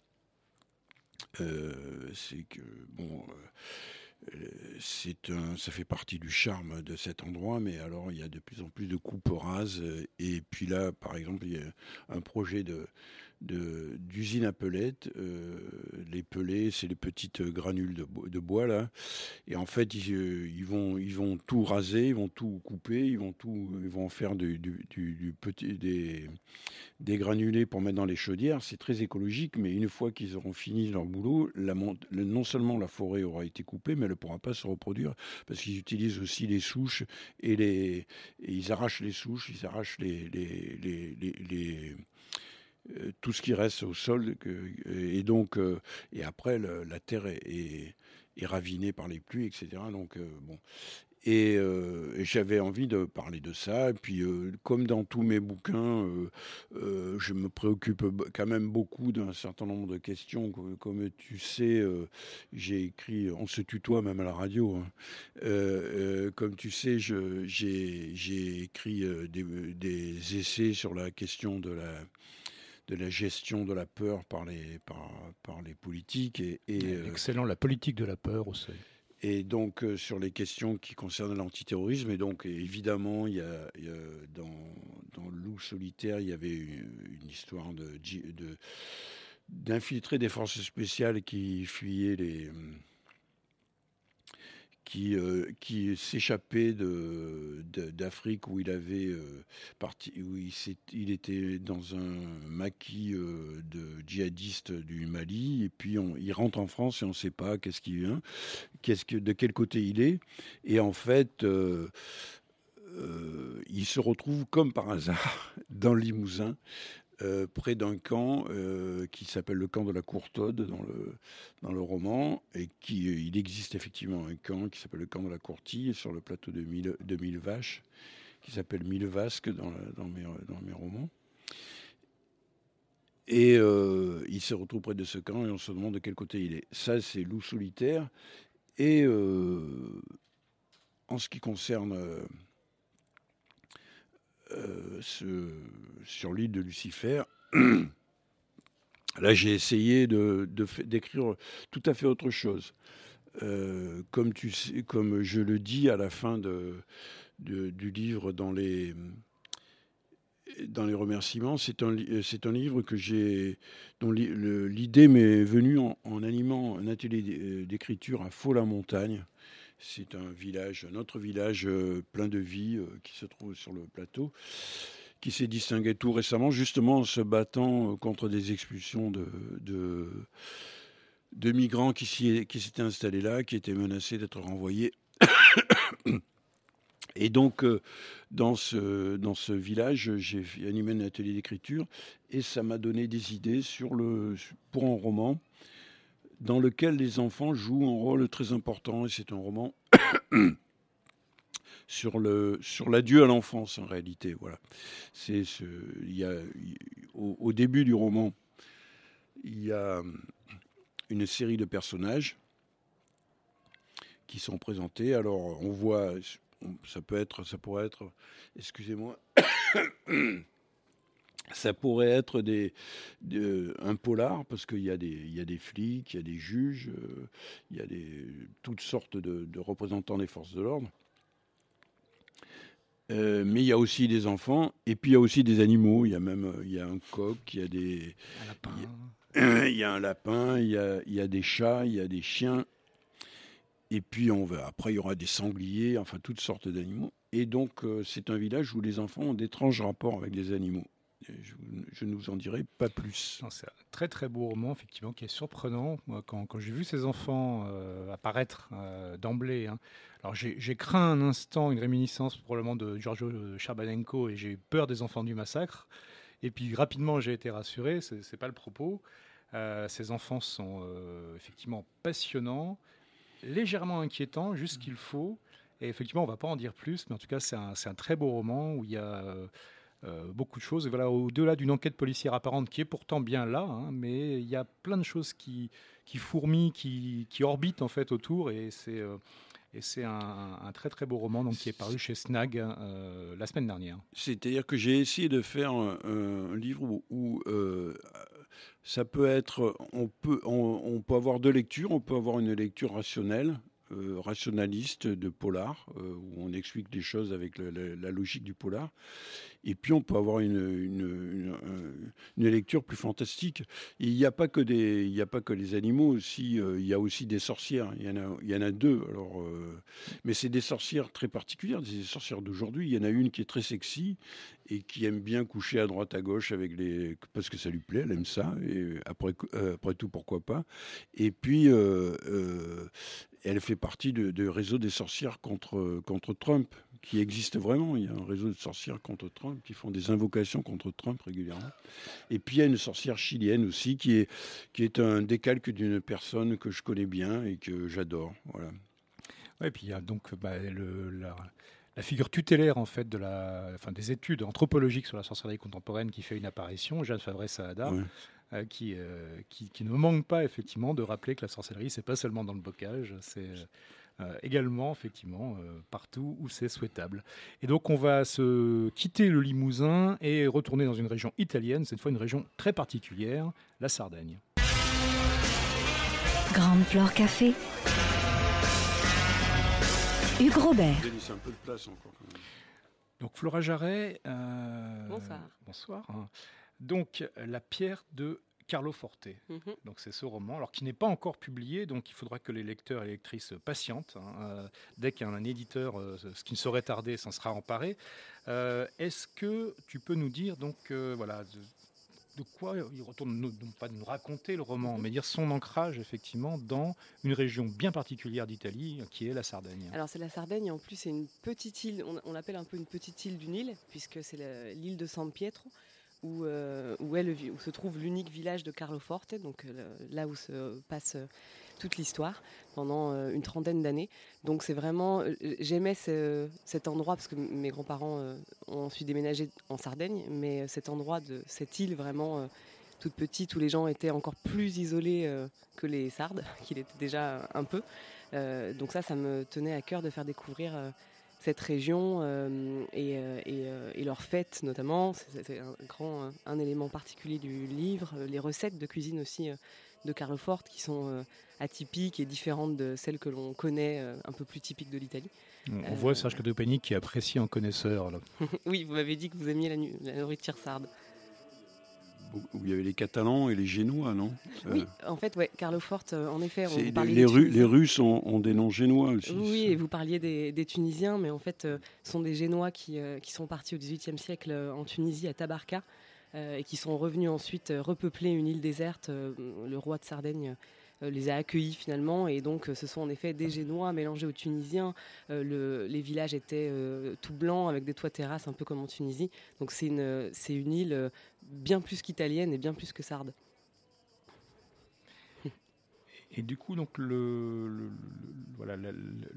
Euh, c'est que, bon... Euh, C'est un, ça fait partie du charme de cet endroit, mais alors il y a de plus en plus de coupes rases. Et puis là, par exemple, il y a un projet de, de, d'usine à pellets. Euh, les pellets, c'est les petites granules de, de bois là. Et en fait, ils, ils, vont, ils vont tout raser, ils vont tout couper, ils vont tout, ils vont en faire du, du, du, du petit, des, des granulés pour mettre dans les chaudières. C'est très écologique, mais une fois qu'ils auront fini leur boulot, la, non seulement la forêt aura été coupée, mais elle ne pourra pas se reproduire parce qu'ils utilisent aussi les souches et, les, et ils arrachent les souches, ils arrachent les, les, les, les, les euh, tout ce qui reste au sol. Que, et donc, euh, et après, le, la terre est, est, est ravinée par les pluies, et cetera. Donc, euh, bon. Et, euh, et j'avais envie de parler de ça. Et puis, euh, comme dans tous mes bouquins, euh, euh, je me préoccupe quand même beaucoup d'un certain nombre de questions. Comme tu sais, euh, j'ai écrit, on se tutoie même à la radio. Hein. Euh, euh, comme tu sais, je, j'ai, j'ai écrit euh, des, des essais sur la question de la de la gestion de la peur par les, par, par les politiques. Et, et, Excellent, la politique de la peur aussi. Et donc, euh, sur les questions qui concernent l'antiterrorisme, et donc, évidemment, il y a, il y a dans, dans Loup solitaire, il y avait une, une histoire de, de, d'infiltrer des forces spéciales qui fuyaient les... qui, euh, qui s'échappait de, de, d'Afrique où il avait euh, parti, où il, il était dans un maquis euh, de djihadistes du Mali, et puis on, il rentre en France et on ne sait pas qu'est-ce qu'il vient, qu'est-ce que, de quel côté il est, et en fait euh, euh, il se retrouve comme par hasard dans le Limousin, Euh, près d'un camp euh, qui s'appelle le camp de la Courtaude dans le, dans le roman, et qui, il existe effectivement un camp qui s'appelle le camp de la Courtille sur le plateau de Mille, de Mille Vaches, qui s'appelle Mille Vasques dans, la, dans, mes, dans mes romans. Et euh, il se retrouve près de ce camp et on se demande de quel côté il est. Ça, c'est Loup solitaire. Et euh, en ce qui concerne... Euh, Euh, ce, sur l'île de Lucifer, là j'ai essayé de, de, d'écrire tout à fait autre chose. Euh, comme, tu sais, comme je le dis à la fin de, de, du livre dans les, dans les remerciements, c'est un, c'est un livre que j'ai, dont l'idée m'est venue en, en animant un atelier d'écriture à Faux-la-Montagne. C'est un village, un autre village euh, plein de vie euh, qui se trouve sur le plateau, qui s'est distingué tout récemment, justement en se battant euh, contre des expulsions de, de, de migrants qui, s'y, qui s'étaient installés là, qui étaient menacés d'être renvoyés. Et donc, euh, dans, ce, dans ce village, j'ai animé un atelier d'écriture et ça m'a donné des idées sur le, pour un roman dans lequel les enfants jouent un rôle très important. Et c'est un roman sur, le, sur l'adieu à l'enfance, en réalité. Voilà. C'est ce, il y a, au, au début du roman, il y a une série de personnages qui sont présentés. Alors, on voit... Ça peut être, ça pourrait être, excusez-moi, ça pourrait être des, de, un polar parce qu'il y a des, il y a des flics, il y a des juges, euh, il y a des, toutes sortes de, de représentants des forces de l'ordre. Euh, mais il y a aussi des enfants et puis il y a aussi des animaux. Il y a même, il y a un coq, il y a des, un lapin. Il y a, il y a un lapin, il y a, il y a des chats, il y a des chiens. Et puis on va, après, il y aura des sangliers, enfin toutes sortes d'animaux. Et donc, euh, c'est un village où les enfants ont d'étranges rapports avec les animaux. Je, je ne vous en dirai pas plus. Non, c'est un très très beau roman, effectivement, qui est surprenant. Moi, quand, quand j'ai vu ces enfants euh, apparaître euh, d'emblée, hein, alors j'ai, j'ai craint un instant une réminiscence probablement de Giorgio Charbanenko et j'ai eu peur des enfants du massacre. Et puis rapidement, j'ai été rassuré, c'est, c'est pas le propos. Euh, ces enfants sont euh, effectivement passionnants, légèrement inquiétant, juste ce qu'il faut. Et effectivement, on ne va pas en dire plus, mais en tout cas, c'est un, c'est un très beau roman où il y a euh, euh, beaucoup de choses. Et voilà, au-delà d'une enquête policière apparente qui est pourtant bien là, hein, mais il y a plein de choses qui, qui fourmillent, qui, qui orbitent en fait autour. Et c'est, euh, et c'est un, un très très beau roman donc, qui est paru chez Snag euh, la semaine dernière. C'est-à-dire que j'ai essayé de faire un, un livre où... où euh, ça peut être, on peut, on, on peut avoir deux lectures. On peut avoir une lecture rationnelle, euh, rationaliste de polar, euh, où on explique des choses avec le, la, la logique du polar. Et puis on peut avoir une, une, une, une lecture plus fantastique. Et il n'y a pas que des, il n'y a pas que les animaux aussi. Euh, il y a aussi des sorcières. Il y en a, il y en a deux. Alors, euh, mais c'est des sorcières très particulières, des sorcières d'aujourd'hui. Il y en a une qui est très sexy et qui aime bien coucher à droite à gauche avec les, parce que ça lui plaît. Elle aime ça. Et après, euh, après tout, pourquoi pas. Et puis euh, euh, elle fait partie de, de réseau des sorcières contre contre Trump, qui existe vraiment. Il y a un réseau de sorcières contre Trump qui font des invocations contre Trump régulièrement. Et puis il y a une sorcière chilienne aussi qui est, qui est un décalque d'une personne que je connais bien et que j'adore. Voilà. Ouais, et puis il y a donc bah, le, la, la figure tutélaire en fait de la, enfin, des études anthropologiques sur la sorcellerie contemporaine qui fait une apparition, Jeanne Favret-Saada. Ouais. Euh, qui, euh, qui, qui ne manque pas effectivement de rappeler que la sorcellerie, c'est pas seulement dans le bocage, c'est euh, également effectivement euh, partout où c'est souhaitable. Et donc on va se quitter le Limousin et retourner dans une région italienne, cette fois une région très particulière, la Sardaigne. Grande Flore Café. Hugues Robert. C'est un peu de place encore. Quand même. Donc Flora Jarret. Euh, bonsoir. Bonsoir. Hein. Donc, La pierre de Carlo Forte. Mm-hmm. Donc, c'est ce roman, alors qui n'est pas encore publié, donc il faudra que les lecteurs et les lectrices patientent. Hein. Euh, dès qu'il y a un éditeur, euh, ce qui ne saurait tarder, s'en sera emparé. Euh, est-ce que tu peux nous dire, donc, euh, voilà, de, de quoi il retourne, non pas de nous raconter le roman, mm-hmm. mais dire son ancrage, effectivement, dans une région bien particulière d'Italie, qui est la Sardaigne. Alors, c'est la Sardaigne, en plus, c'est une petite île, on, on l'appelle un peu une petite île d'une île, puisque c'est la, l'île de San Pietro. Où, euh, où, est le, où se trouve l'unique village de Carlo Forte, donc euh, là où se passe euh, toute l'histoire pendant euh, une trentaine d'années. Donc c'est vraiment, euh, j'aimais ce, cet endroit parce que mes grands-parents euh, ont ensuite déménagé en Sardaigne, mais cet endroit de cette île vraiment euh, toute petite où les gens étaient encore plus isolés euh, que les Sardes, qu'il était déjà un peu. Euh, donc ça, ça me tenait à cœur de faire découvrir euh, cette région euh, et, euh, et, euh, et leurs fêtes notamment. C'est, c'est un grand un, un élément particulier du livre. Les recettes de cuisine aussi euh, de Carlo Forte qui sont euh, atypiques et différentes de celles que l'on connaît, euh, un peu plus typiques de l'Italie. On euh, voit Serge Cadopeni qui apprécie en connaisseur. Là. Oui, vous m'avez dit que vous aimiez la, nu- la nourriture sarde. Où il y avait les Catalans et les Génois, non ? Oui, euh, en fait, ouais, Carlo Forte, euh, en effet, on parlait les, Ru- les Russes ont, ont des noms génois aussi. Oui, et vous parliez des, des Tunisiens, mais en fait, euh, ce sont des Génois qui, euh, qui sont partis au dix-huitième siècle euh, en Tunisie, à Tabarka, euh, et qui sont revenus ensuite euh, repeupler une île déserte. Euh, le roi de Sardaigne euh, les a accueillis finalement. Et donc, euh, ce sont en effet des Génois mélangés aux Tunisiens. Euh, le, les villages étaient euh, tout blancs avec des toits terrasses, un peu comme en Tunisie. Donc, c'est une, c'est une île euh, bien plus qu'italienne et bien plus que sarde. Et du coup, donc le, le, le voilà, le, le,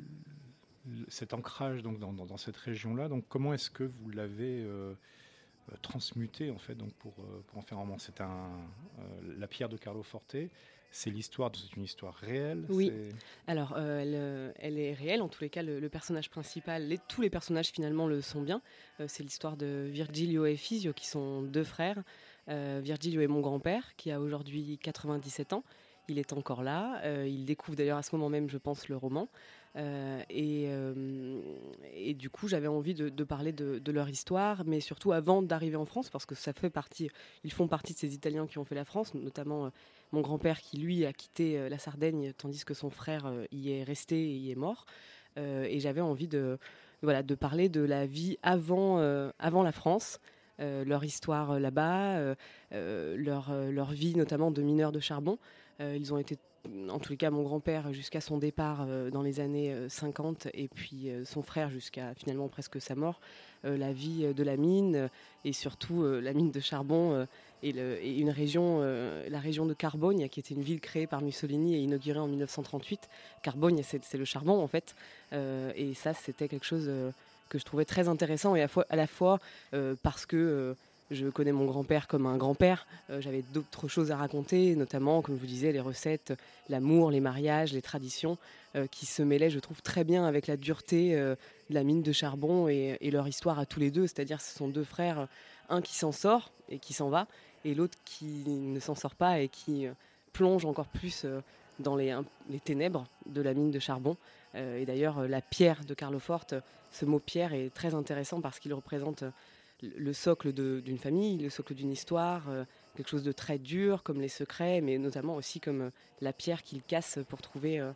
le, cet ancrage donc dans, dans, dans cette région-là, donc comment est-ce que vous l'avez euh, transmuté en fait, donc pour, pour en faire un roman? C'est un euh, La pierre de Carlo Forte. C'est l'histoire, c'est une histoire réelle. Oui. C'est... Alors, euh, elle, elle est réelle. En tous les cas, le, le personnage principal, les, tous les personnages finalement le sont bien. Euh, c'est l'histoire de Virgilio et Fisio, qui sont deux frères. Euh, Virgilio est mon grand-père, qui a aujourd'hui quatre-vingt-dix-sept ans. Il est encore là. Euh, il découvre d'ailleurs à ce moment même, je pense, le roman. Euh, et, euh, et du coup, j'avais envie de, de parler de, de leur histoire, mais surtout avant d'arriver en France, parce que ça fait partie, ils font partie de ces Italiens qui ont fait la France, notamment euh, mon grand-père qui, lui, a quitté euh, la Sardaigne, tandis que son frère euh, y est resté et y est mort. Euh, et j'avais envie de, voilà, de parler de la vie avant, euh, avant la France. Euh, leur histoire euh, là-bas, euh, euh, leur, euh, leur vie notamment de mineurs de charbon. Euh, ils ont été, en tous les cas, mon grand-père jusqu'à son départ euh, dans les années euh, cinquante et puis euh, son frère jusqu'à finalement presque sa mort. Euh, la vie euh, de la mine euh, et surtout euh, la mine de charbon euh, et, le, et une région, euh, la région de Carbogne, qui était une ville créée par Mussolini et inaugurée en dix-neuf cent trente-huit. Carbogne, c'est, c'est le charbon en fait. Euh, et ça, c'était quelque chose euh, que je trouvais très intéressant et à, fois, à la fois euh, parce que euh, je connais mon grand-père comme un grand-père. Euh, j'avais d'autres choses à raconter, notamment, comme je vous disais, les recettes, l'amour, les mariages, les traditions, euh, qui se mêlaient, je trouve, très bien avec la dureté euh, de la mine de charbon et, et leur histoire à tous les deux. C'est-à-dire ce sont deux frères, un qui s'en sort et qui s'en va, et l'autre qui ne s'en sort pas et qui euh, plonge encore plus euh, dans les, hein, les ténèbres de la mine de charbon. Euh, et d'ailleurs, euh, la pierre de Carlo Forte, ce mot pierre est très intéressant parce qu'il représente... Euh, le socle de, d'une famille, le socle d'une histoire, euh, quelque chose de très dur comme les secrets, mais notamment aussi comme euh, la pierre qu'ils cassent pour trouver euh,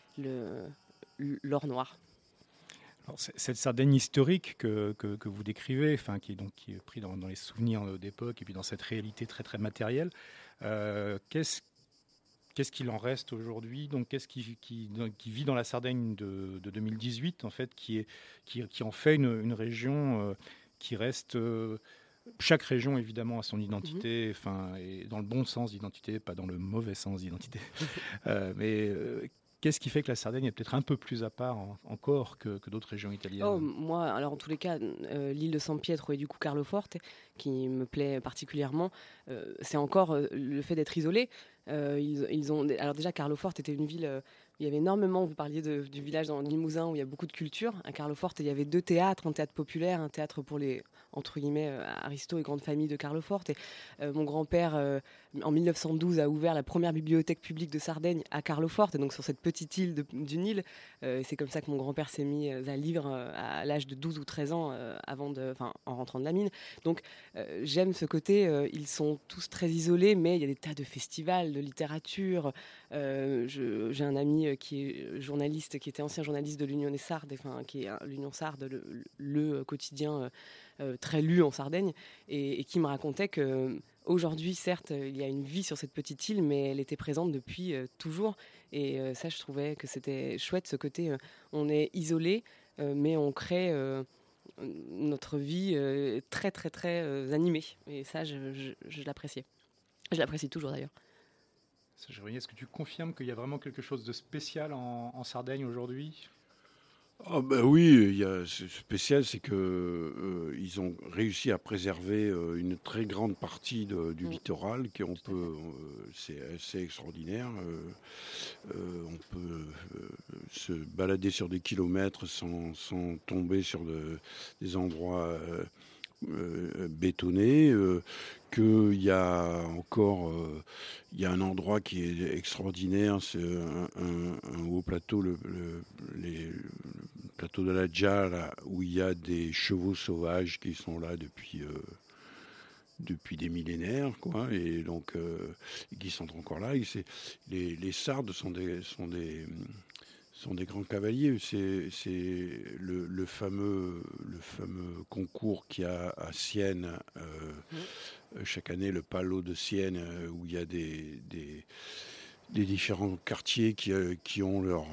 le, l'or noir. Alors, cette Sardaigne historique que, que, que vous décrivez, enfin, qui est donc qui est pris dans, dans les souvenirs d'époque et puis dans cette réalité très très matérielle, euh, qu'est-ce Qu'est-ce qu'il en reste aujourd'hui? Donc, qu'est-ce qui, qui, qui vit dans la Sardaigne de, de deux mille dix-huit, en fait, qui, est, qui, qui en fait une, une région euh, qui reste... Euh, chaque région, évidemment, a son identité, enfin, mmh. et dans le bon sens d'identité, pas dans le mauvais sens d'identité. euh, mais euh, qu'est-ce qui fait que la Sardaigne est peut-être un peu plus à part en, encore que, que d'autres régions italiennes? Oh, moi, alors en tous les cas, euh, l'île de San Pietro et du coup Carlo Forte, qui me plaît particulièrement, euh, c'est encore euh, le fait d'être isolé. Euh, ils, ils ont, alors déjà, Carlo Forte était une ville... Euh, il y avait énormément, vous parliez de, du village dans le Limousin où il y a beaucoup de culture. À Carlo Forte, il y avait deux théâtres, un théâtre populaire, un théâtre pour les, entre guillemets, euh, aristos et grandes familles de Carlo Forte. Et, euh, mon grand-père, euh, en dix-neuf cent douze, a ouvert la première bibliothèque publique de Sardaigne à Carlo Forte, donc sur cette petite île de, d'une île. Euh, c'est comme ça que mon grand-père s'est mis à lire euh, à l'âge de douze ou treize ans, euh, avant de, en rentrant de la mine. Donc euh, j'aime ce côté, euh, ils sont tous très isolés, mais il y a des tas de festivals, de littérature. Euh, je, j'ai un ami qui est journaliste, qui était ancien journaliste de l'Unione Sarde, enfin, qui est l'Union Sarde, le, le quotidien euh, très lu en Sardaigne, et, et qui me racontait que aujourd'hui, certes, il y a une vie sur cette petite île, mais elle était présente depuis euh, toujours. Et euh, ça, je trouvais que c'était chouette, ce côté, euh, on est isolé, euh, mais on crée euh, notre vie euh, très, très, très euh, animée. Et ça, je, je, je l'appréciais. Je l'apprécie toujours, d'ailleurs. Est-ce que tu confirmes qu'il y a vraiment quelque chose de spécial en, en Sardaigne aujourd'hui? Oh ben oui, il y a, ce spécial, c'est que euh, ils ont réussi à préserver euh, une très grande partie de, du mmh. littoral, qui on peut, euh, c'est assez extraordinaire. Euh, euh, on peut euh, se balader sur des kilomètres sans, sans tomber sur de, des endroits euh, euh, bétonnés. Euh, qu'il y a encore euh, il y a un endroit qui est extraordinaire, c'est un, un, un haut plateau, le, le, les, le plateau de la Gia, là, où il y a des chevaux sauvages qui sont là depuis, euh, depuis des millénaires, quoi, et donc euh, qui sont encore là. Et c'est, les, les Sardes sont des, sont des sont des grands cavaliers. C'est, c'est le, le, fameux, le fameux concours qu'il y a à Sienne, euh, mmh. chaque année, le Palo de Sienne, où il y a des, des, des différents quartiers qui, euh, qui ont leur,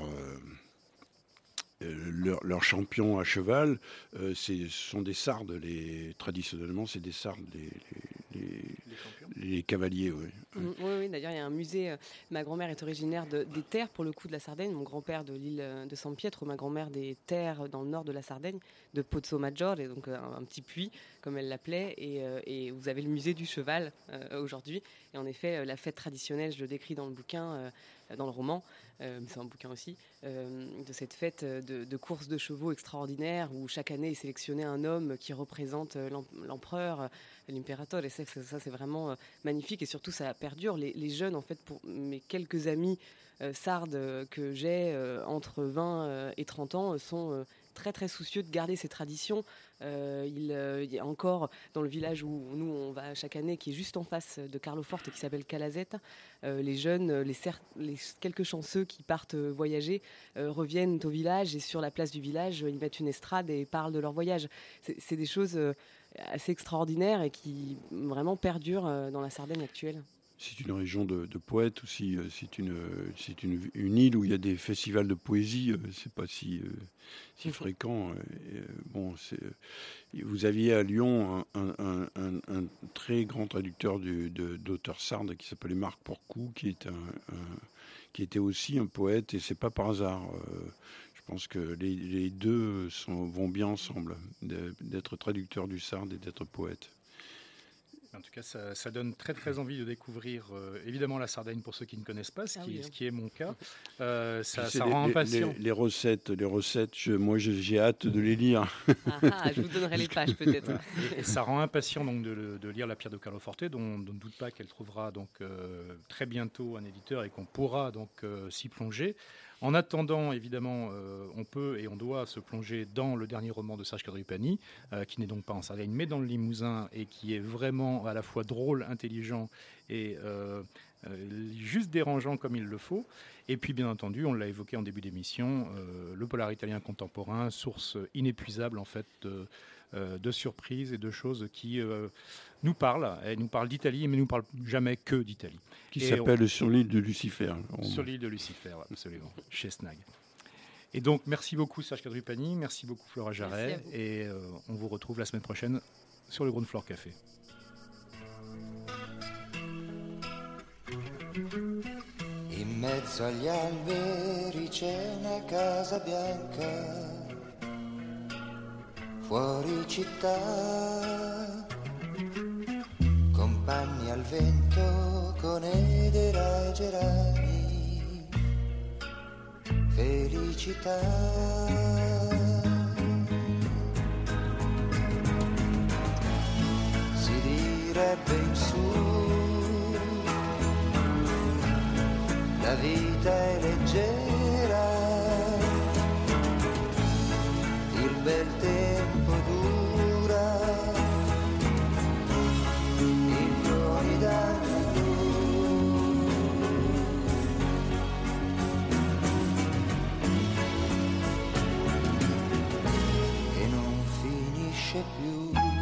euh, leur, leur champion à cheval. Euh, c'est, ce sont des sardes, les, traditionnellement, c'est des sardes, les, les, les, les cavaliers. Ouais. Mmh, oui, oui, d'ailleurs, il y a un musée. Euh, ma grand-mère est originaire de, des terres, pour le coup, de la Sardaigne. Mon grand-père de l'île de San Pietro, ma grand-mère des terres dans le nord de la Sardaigne, de Pozzo Maggiore, et donc un, un petit puits, comme elle l'appelait. Et, euh, et vous avez le musée du cheval euh, aujourd'hui. Et en effet, euh, la fête traditionnelle, je le décris dans le bouquin, euh, dans le roman, euh, c'est un bouquin aussi, euh, de cette fête de, de course de chevaux extraordinaire où chaque année est sélectionné un homme qui représente l'empereur, l'impérator. Et ça, ça, c'est vraiment magnifique et surtout ça perdure. Les, les jeunes, en fait, pour mes quelques amis euh, sardes que j'ai euh, entre vingt et trente ans, sont euh, très très soucieux de garder ces traditions. Euh, il, euh, il y a encore dans le village où nous on va chaque année, qui est juste en face de Carloforte et qui s'appelle Calazette, euh, les jeunes, les, cer- les quelques chanceux qui partent voyager euh, reviennent au village et sur la place du village ils mettent une estrade et parlent de leur voyage. C'est, c'est des choses euh, assez extraordinaires et qui vraiment perdurent euh, dans la Sardaigne actuelle. C'est une région de, de poètes aussi. C'est une, c'est une, une île où il y a des festivals de poésie. C'est pas si, si mmh. fréquent. Et, bon, c'est, vous aviez à Lyon un, un, un, un très grand traducteur du, de, d'auteurs sardes qui s'appelait Marc Porcou, qui, est un, un, qui était aussi un poète. Et c'est pas par hasard. Je pense que les, les deux sont, vont bien ensemble, d'être traducteur du sarde et d'être poète. En tout cas, ça, ça donne très très envie de découvrir euh, évidemment la Sardaigne pour ceux qui ne connaissent pas, ce, ah qui, oui, ce qui est mon cas. Euh, ça ça les, rend impatient. Les, les recettes, les recettes je, moi je, j'ai hâte de les lire. Ah, ah, je vous donnerai les pages peut-être. Et, et ça rend impatient donc de, de lire La Pierre de Carloforte, dont, dont ne doute pas qu'elle trouvera donc euh, très bientôt un éditeur et qu'on pourra donc euh, s'y plonger. En attendant, évidemment, euh, on peut et on doit se plonger dans le dernier roman de Serge Quadrupani, euh, qui n'est donc pas en Sardaigne, mais dans le Limousin, et qui est vraiment à la fois drôle, intelligent et euh, euh, juste dérangeant comme il le faut. Et puis, bien entendu, on l'a évoqué en début d'émission, euh, le polar italien contemporain, source inépuisable en fait de, euh, de surprises et de choses qui euh, nous parlent. Elle nous parle d'Italie, mais ne nous parle jamais que d'Italie. Qui et s'appelle on... Sur l'île de Lucifer. On... Sur l'île de Lucifer, absolument, chez Snag. Et donc, merci beaucoup Serge Quadrupani, merci beaucoup Flora Jarret, et euh, on vous retrouve la semaine prochaine sur le Ground Floor Café. In mezzo agli alberi c'è una casa bianca, fuori città, compagni al vento con edera e gerani, felicità. Si direbbe in su, la vita è leggera, il bel tempo dura, milioni d'anni blu. E non finisce più.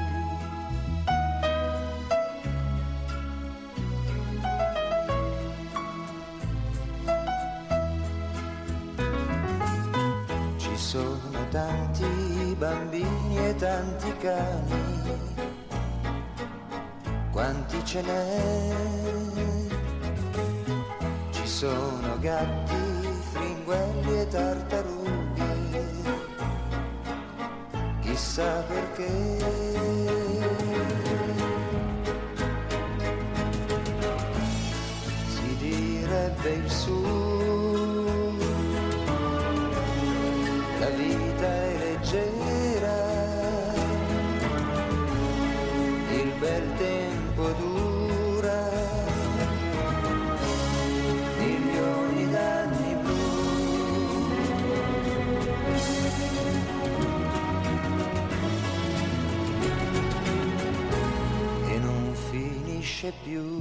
Sono tanti bambini e tanti cani, quanti ce n'è? Ci sono gatti, fringuelli e tartarughe, chissà perché. Si direbbe il su, la vita è leggera, il bel tempo dura, milioni d'anni blu. E non finisce più.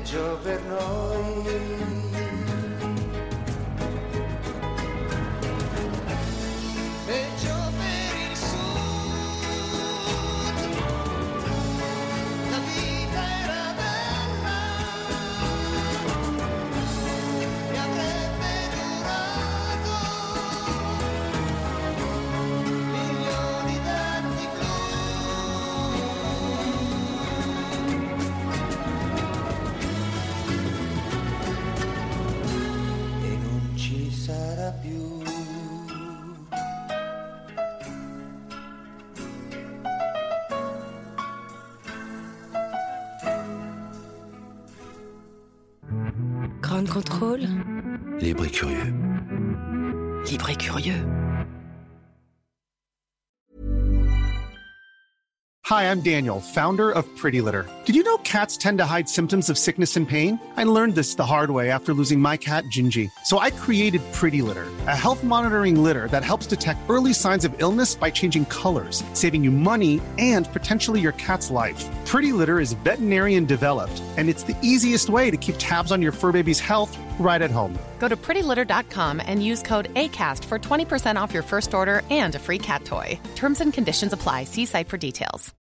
peggio per noi. Peggio per il sud, la vita era bella e avrebbe durato milioni d'anni blu. E non ci sarà più. Grand contrôle. Libre et curieux. Libre et curieux. Hi, I'm Daniel, founder of Pretty Litter. Did you know cats tend to hide symptoms of sickness and pain? I learned this the hard way after losing my cat, Gingy. So I created Pretty Litter, a health monitoring litter that helps detect early signs of illness by changing colors, saving you money and potentially your cat's life. Pretty Litter is veterinarian developed, and it's the easiest way to keep tabs on your fur baby's health right at home. Go to pretty litter dot com and use code ACAST for twenty percent off your first order and a free cat toy. Terms and conditions apply. See site for details.